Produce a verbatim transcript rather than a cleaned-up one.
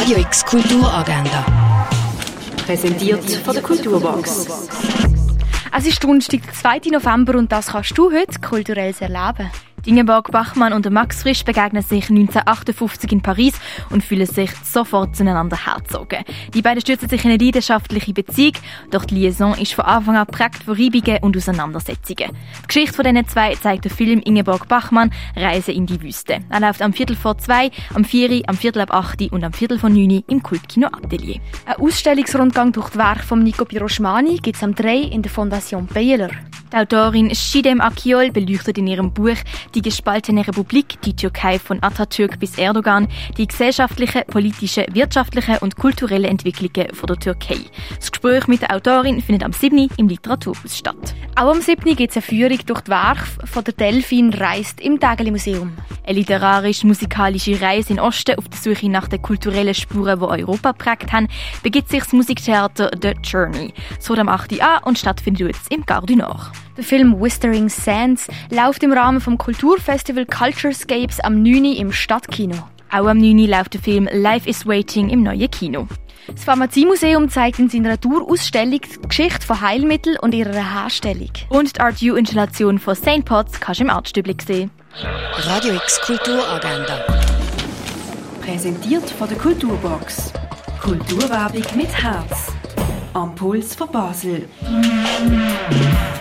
Radio X Kulturagenda. Präsentiert von der Kulturbox. Es ist Donnerstag, der zweiten November, und das kannst du heute kulturell erleben. Ingeborg Bachmann und Max Frisch begegnen sich neunzehnhundertachtundfünfzig in Paris und fühlen sich sofort zueinander hergezogen. Die beiden stürzen sich in eine leidenschaftliche Beziehung, doch die Liaison ist von Anfang an geprägt von Reibungen und Auseinandersetzungen. Die Geschichte von diesen zwei zeigt der Film Ingeborg Bachmann Reise in die Wüste. Er läuft am Viertel vor zwei, am vier, am Viertel ab acht und am Viertel vor neun im Kultkino Atelier. Ein Ausstellungsrundgang durch das Werk von Nico Piroschmani gibt es am drei in der Fondation Baylor. Die Autorin Chidem Akyol beleuchtet in ihrem Buch «Die gespaltene Republik, die Türkei von Atatürk bis Erdogan» die gesellschaftlichen, politischen, wirtschaftlichen und kulturellen Entwicklungen von der Türkei. Das Gespräch mit der Autorin findet am siebten im Literaturhaus statt. Auch am siebten gibt es eine Führung durch die Werke von der Delphin reist im Tägeli-Museum. Eine literarisch-musikalische Reise in den Osten auf der Suche nach den kulturellen Spuren, die Europa geprägt haben, begibt sich das Musiktheater «The Journey». Es fängt am achten an und stattfindet jetzt im Gare du Nord. Der Film «Whistling Sands» läuft im Rahmen vom Kulturfestival Culturescapes am neunten im Stadtkino. Auch am neunten läuft der Film «Life is Waiting» im neuen Kino. Das Pharmaziemuseum zeigt in seiner Tourausstellung die Geschichte von Heilmitteln und ihrer Herstellung. Und die Art-U-Installation von Saint Potts kannst du im Artstübli sehen. Radio X Kulturagenda. Präsentiert von der Kulturbox. Kulturwerbung mit Herz. Am Puls von Basel.